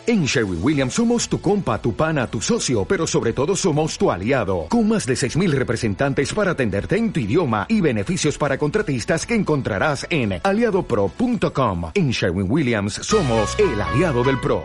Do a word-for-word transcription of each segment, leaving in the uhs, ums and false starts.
En Sherwin-Williams somos tu compa, tu pana, tu socio, pero sobre todo somos tu aliado, con más de seis mil representantes para atenderte en tu idioma y beneficios para contratistas que encontrarás en aliado pro punto com. En Sherwin-Williams somos el aliado del pro.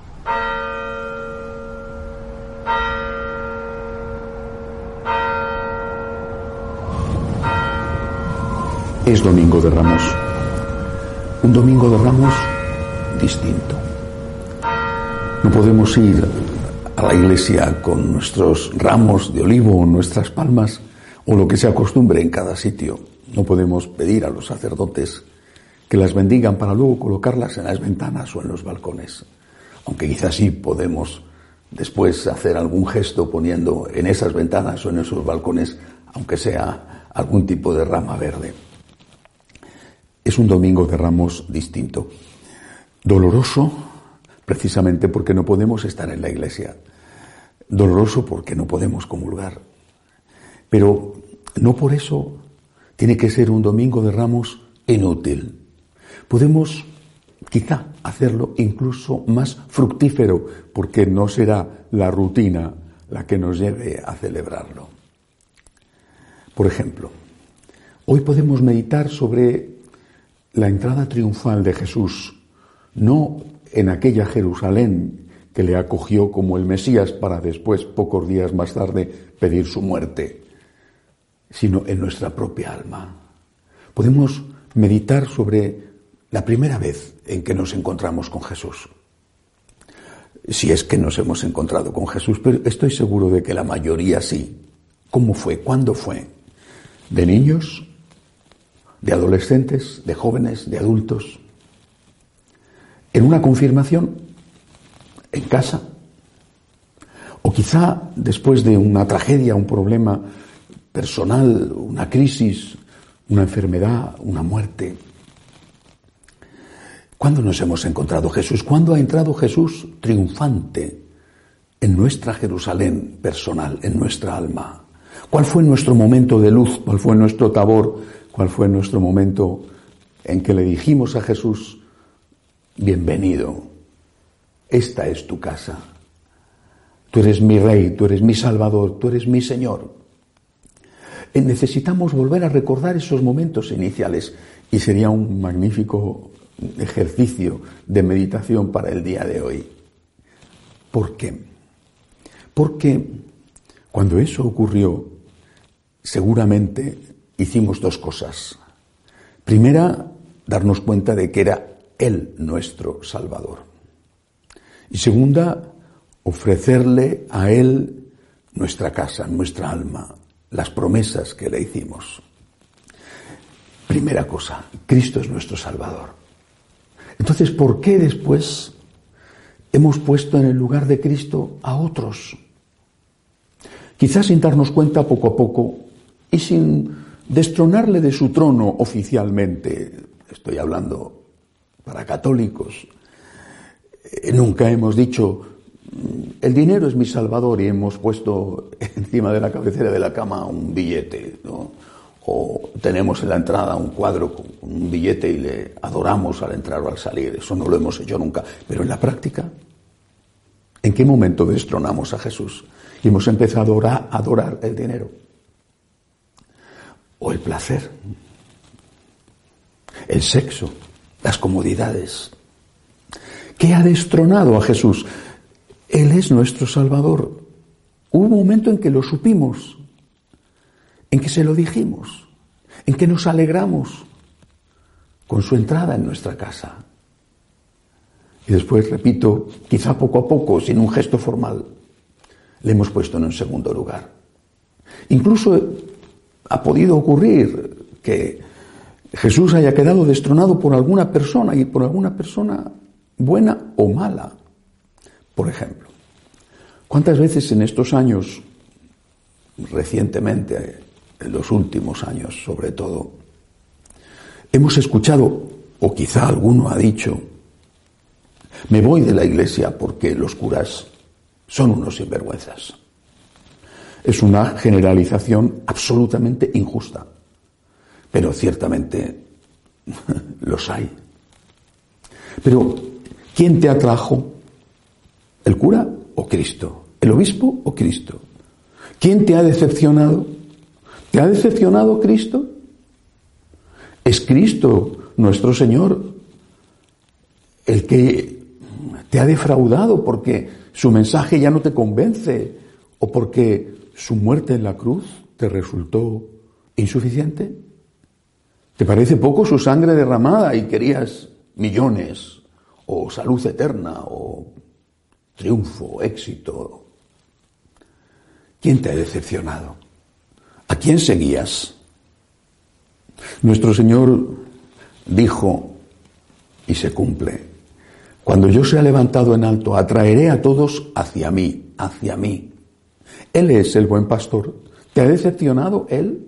Es Domingo de Ramos. Un Domingo de Ramos distinto. No podemos ir a la iglesia con nuestros ramos de olivo o nuestras palmas o lo que se acostumbre en cada sitio. No podemos pedir a los sacerdotes que las bendigan para luego colocarlas en las ventanas o en los balcones. Aunque quizás sí podemos después hacer algún gesto poniendo en esas ventanas o en esos balcones, aunque sea algún tipo de rama verde. Es un Domingo de Ramos distinto. Doloroso, precisamente porque no podemos estar en la iglesia. Doloroso porque no podemos comulgar. Pero no por eso tiene que ser un Domingo de Ramos inútil. Podemos quizá hacerlo incluso más fructífero, porque no será la rutina la que nos lleve a celebrarlo. Por ejemplo, hoy podemos meditar sobre la entrada triunfal de Jesús, no en aquella Jerusalén que le acogió como el Mesías para después, pocos días más tarde, pedir su muerte, sino en nuestra propia alma. Podemos meditar sobre la primera vez en que nos encontramos con Jesús. Si es que nos hemos encontrado con Jesús, pero estoy seguro de que la mayoría sí. ¿Cómo fue? ¿Cuándo fue? ¿De niños? ¿De adolescentes? ¿De jóvenes? ¿De adultos? ¿En una confirmación? ¿En casa? O quizá después de una tragedia, un problema personal, una crisis, una enfermedad, una muerte. ¿Cuándo nos hemos encontrado Jesús? ¿Cuándo ha entrado Jesús triunfante en nuestra Jerusalén personal, en nuestra alma? ¿Cuál fue nuestro momento de luz? ¿Cuál fue nuestro tabor? ¿Cuál fue nuestro momento en que le dijimos a Jesús: bienvenido, esta es tu casa, tú eres mi Rey, tú eres mi Salvador, tú eres mi Señor? Necesitamos volver a recordar esos momentos iniciales y sería un magnífico ejercicio de meditación para el día de hoy. ¿Por qué? Porque cuando eso ocurrió, seguramente hicimos dos cosas. Primera, darnos cuenta de que era Él nuestro Salvador. Y segunda, ofrecerle a Él nuestra casa, nuestra alma, las promesas que le hicimos. Primera cosa, Cristo es nuestro Salvador. Entonces, ¿por qué después hemos puesto en el lugar de Cristo a otros? Quizás sin darnos cuenta, poco a poco, y sin destronarle de su trono oficialmente, estoy hablando para católicos, nunca hemos dicho: el dinero es mi salvador, y hemos puesto encima de la cabecera de la cama un billete, ¿no? O tenemos en la entrada un cuadro con un billete y le adoramos al entrar o al salir. Eso no lo hemos hecho nunca. Pero en la práctica, ¿en qué momento destronamos a Jesús y hemos empezado a adorar el dinero? O el placer, el sexo, las comodidades. ¿Qué ha destronado a Jesús? Él es nuestro Salvador. Hubo un momento en que lo supimos, en que se lo dijimos, en que nos alegramos con su entrada en nuestra casa. Y después, repito, quizá poco a poco, sin un gesto formal, le hemos puesto en un segundo lugar. Incluso ha podido ocurrir que Jesús haya quedado destronado por alguna persona, y por alguna persona buena o mala. Por ejemplo, ¿cuántas veces en estos años, recientemente, en los últimos años sobre todo, hemos escuchado, o quizá alguno ha dicho: me voy de la iglesia porque los curas son unos sinvergüenzas? Es una generalización absolutamente injusta, pero ciertamente los hay. Pero ¿quién te atrajo? ¿El cura o Cristo? ¿El obispo o Cristo? ¿Quién te ha decepcionado? ¿Te ha decepcionado Cristo? ¿Es Cristo, nuestro Señor, el que te ha defraudado porque su mensaje ya no te convence o porque su muerte en la cruz te resultó insuficiente? ¿Te parece poco su sangre derramada y querías millones o salud eterna o triunfo, éxito? ¿Quién te ha decepcionado? ¿A quién seguías? Nuestro Señor dijo, y se cumple, cuando yo sea levantado en alto, atraeré a todos hacia mí, hacia mí. Él es el buen pastor. ¿Te ha decepcionado Él?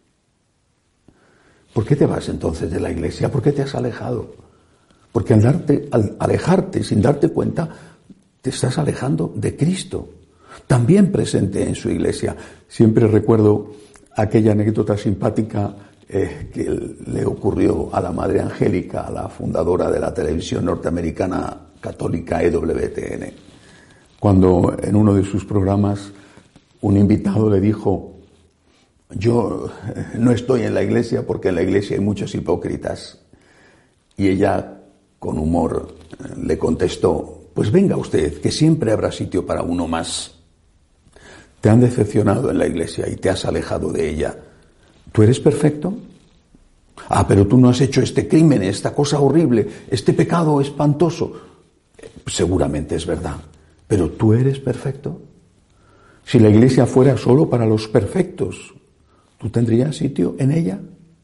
¿Por qué te vas entonces de la iglesia? ¿Por qué te has alejado? Porque al, darte, al alejarte sin darte cuenta, te estás alejando de Cristo, también presente en su iglesia. Siempre recuerdo aquella anécdota simpática eh, que le ocurrió a la Madre Angélica, a la fundadora de la televisión norteamericana católica E W T N, cuando en uno de sus programas un invitado le dijo, yo no estoy en la iglesia porque en la iglesia hay muchos hipócritas. Y ella, con humor, le contestó, pues venga usted, que siempre habrá sitio para uno más. Te han decepcionado en la iglesia y te has alejado de ella. ¿Tú eres perfecto? Ah, pero tú no has hecho este crimen, esta cosa horrible, este pecado espantoso. Seguramente es verdad, pero ¿tú eres perfecto? Si la iglesia fuera solo para los perfectos, ¿tú tendrías sitio en ella?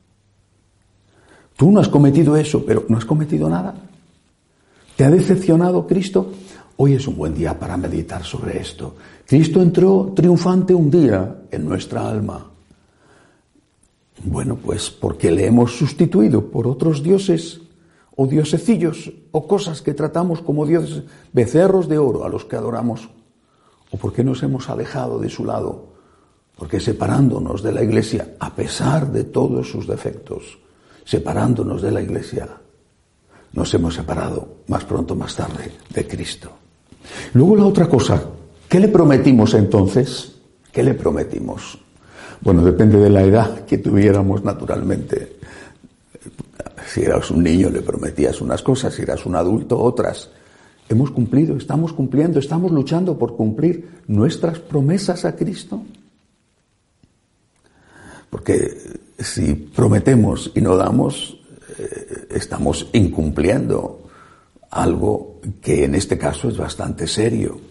Tú no has cometido eso, pero no has cometido nada. ¿Te ha decepcionado Cristo? Hoy es un buen día para meditar sobre esto. Cristo entró triunfante un día en nuestra alma. Bueno, pues porque le hemos sustituido por otros dioses o diosecillos o cosas que tratamos como dioses, becerros de oro a los que adoramos. ¿O porque nos hemos alejado de su lado? Porque separándonos de la iglesia, a pesar de todos sus defectos, separándonos de la iglesia, nos hemos separado más pronto o más tarde de Cristo. Luego la otra cosa, ¿qué le prometimos entonces? ¿Qué le prometimos? Bueno, depende de la edad que tuviéramos naturalmente. Si eras un niño le prometías unas cosas, si eras un adulto otras. Hemos cumplido, estamos cumpliendo, estamos luchando por cumplir nuestras promesas a Cristo. Porque si prometemos y no damos, eh, estamos incumpliendo algo que en este caso es bastante serio.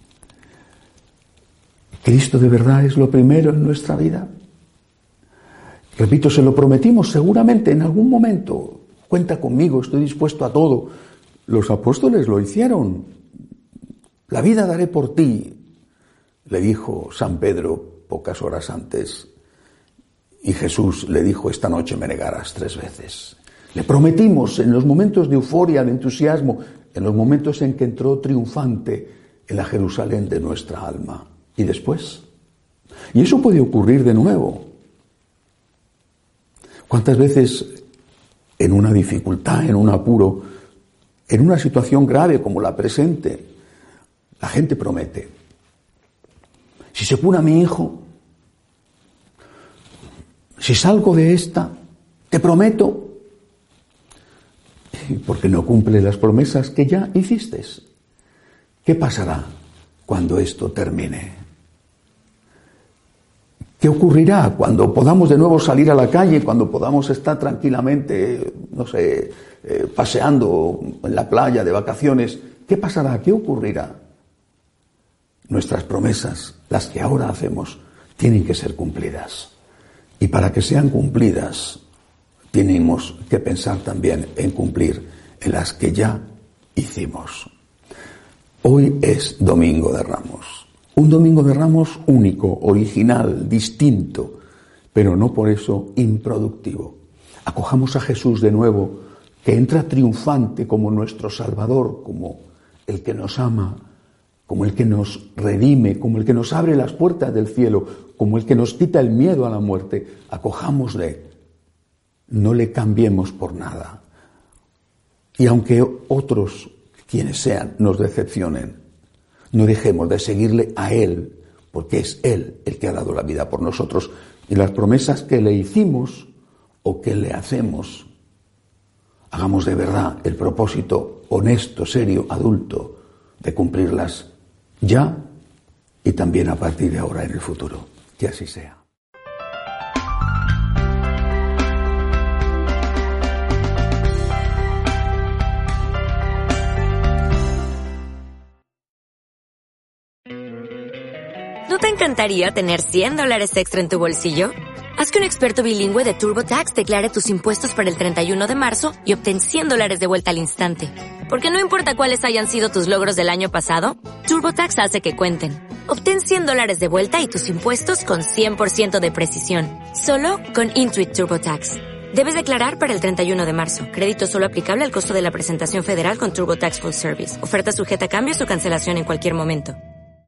¿Cristo de verdad es lo primero en nuestra vida? Repito, se lo prometimos seguramente en algún momento. Cuenta conmigo, estoy dispuesto a todo. Los apóstoles lo hicieron. La vida daré por ti, le dijo San Pedro pocas horas antes. Y Jesús le dijo, esta noche me negarás tres veces. Le prometimos en los momentos de euforia, de entusiasmo, en los momentos en que entró triunfante en la Jerusalén de nuestra alma. ¿Y después? Y eso puede ocurrir de nuevo. ¿Cuántas veces en una dificultad, en un apuro, en una situación grave como la presente, la gente promete? Si se cura mi hijo, si salgo de esta, te prometo, porque no cumple las promesas que ya hiciste. ¿Qué pasará cuando esto termine? ¿Qué ocurrirá cuando podamos de nuevo salir a la calle, cuando podamos estar tranquilamente, no sé, eh, paseando en la playa de vacaciones? ¿Qué pasará? ¿Qué ocurrirá? Nuestras promesas, las que ahora hacemos, tienen que ser cumplidas. Y para que sean cumplidas, tenemos que pensar también en cumplir en las que ya hicimos. Hoy es Domingo de Ramos. Un Domingo de Ramos único, original, distinto, pero no por eso improductivo. Acojamos a Jesús de nuevo, que entra triunfante como nuestro Salvador, como el que nos ama, como el que nos redime, como el que nos abre las puertas del cielo, como el que nos quita el miedo a la muerte. Acojámosle, no le cambiemos por nada. Y aunque otros, quienes sean, nos decepcionen, No dejemos de seguirle a Él, porque es Él el que ha dado la vida por nosotros. Y las promesas que le hicimos o que le hacemos, hagamos de verdad el propósito honesto, serio, adulto, de cumplirlas ya y también a partir de ahora en el futuro. Que así sea. ¿No te encantaría tener cien dólares extra en tu bolsillo? Haz que un experto bilingüe de TurboTax declare tus impuestos para el treinta y uno de marzo y obtén cien dólares de vuelta al instante. Porque no importa cuáles hayan sido tus logros del año pasado, TurboTax hace que cuenten. Obtén cien dólares de vuelta y tus impuestos con cien por ciento de precisión. Solo con Intuit TurboTax. Debes declarar para el treinta y uno de marzo. Crédito solo aplicable al costo de la presentación federal con TurboTax Full Service. Oferta sujeta a cambios o cancelación en cualquier momento.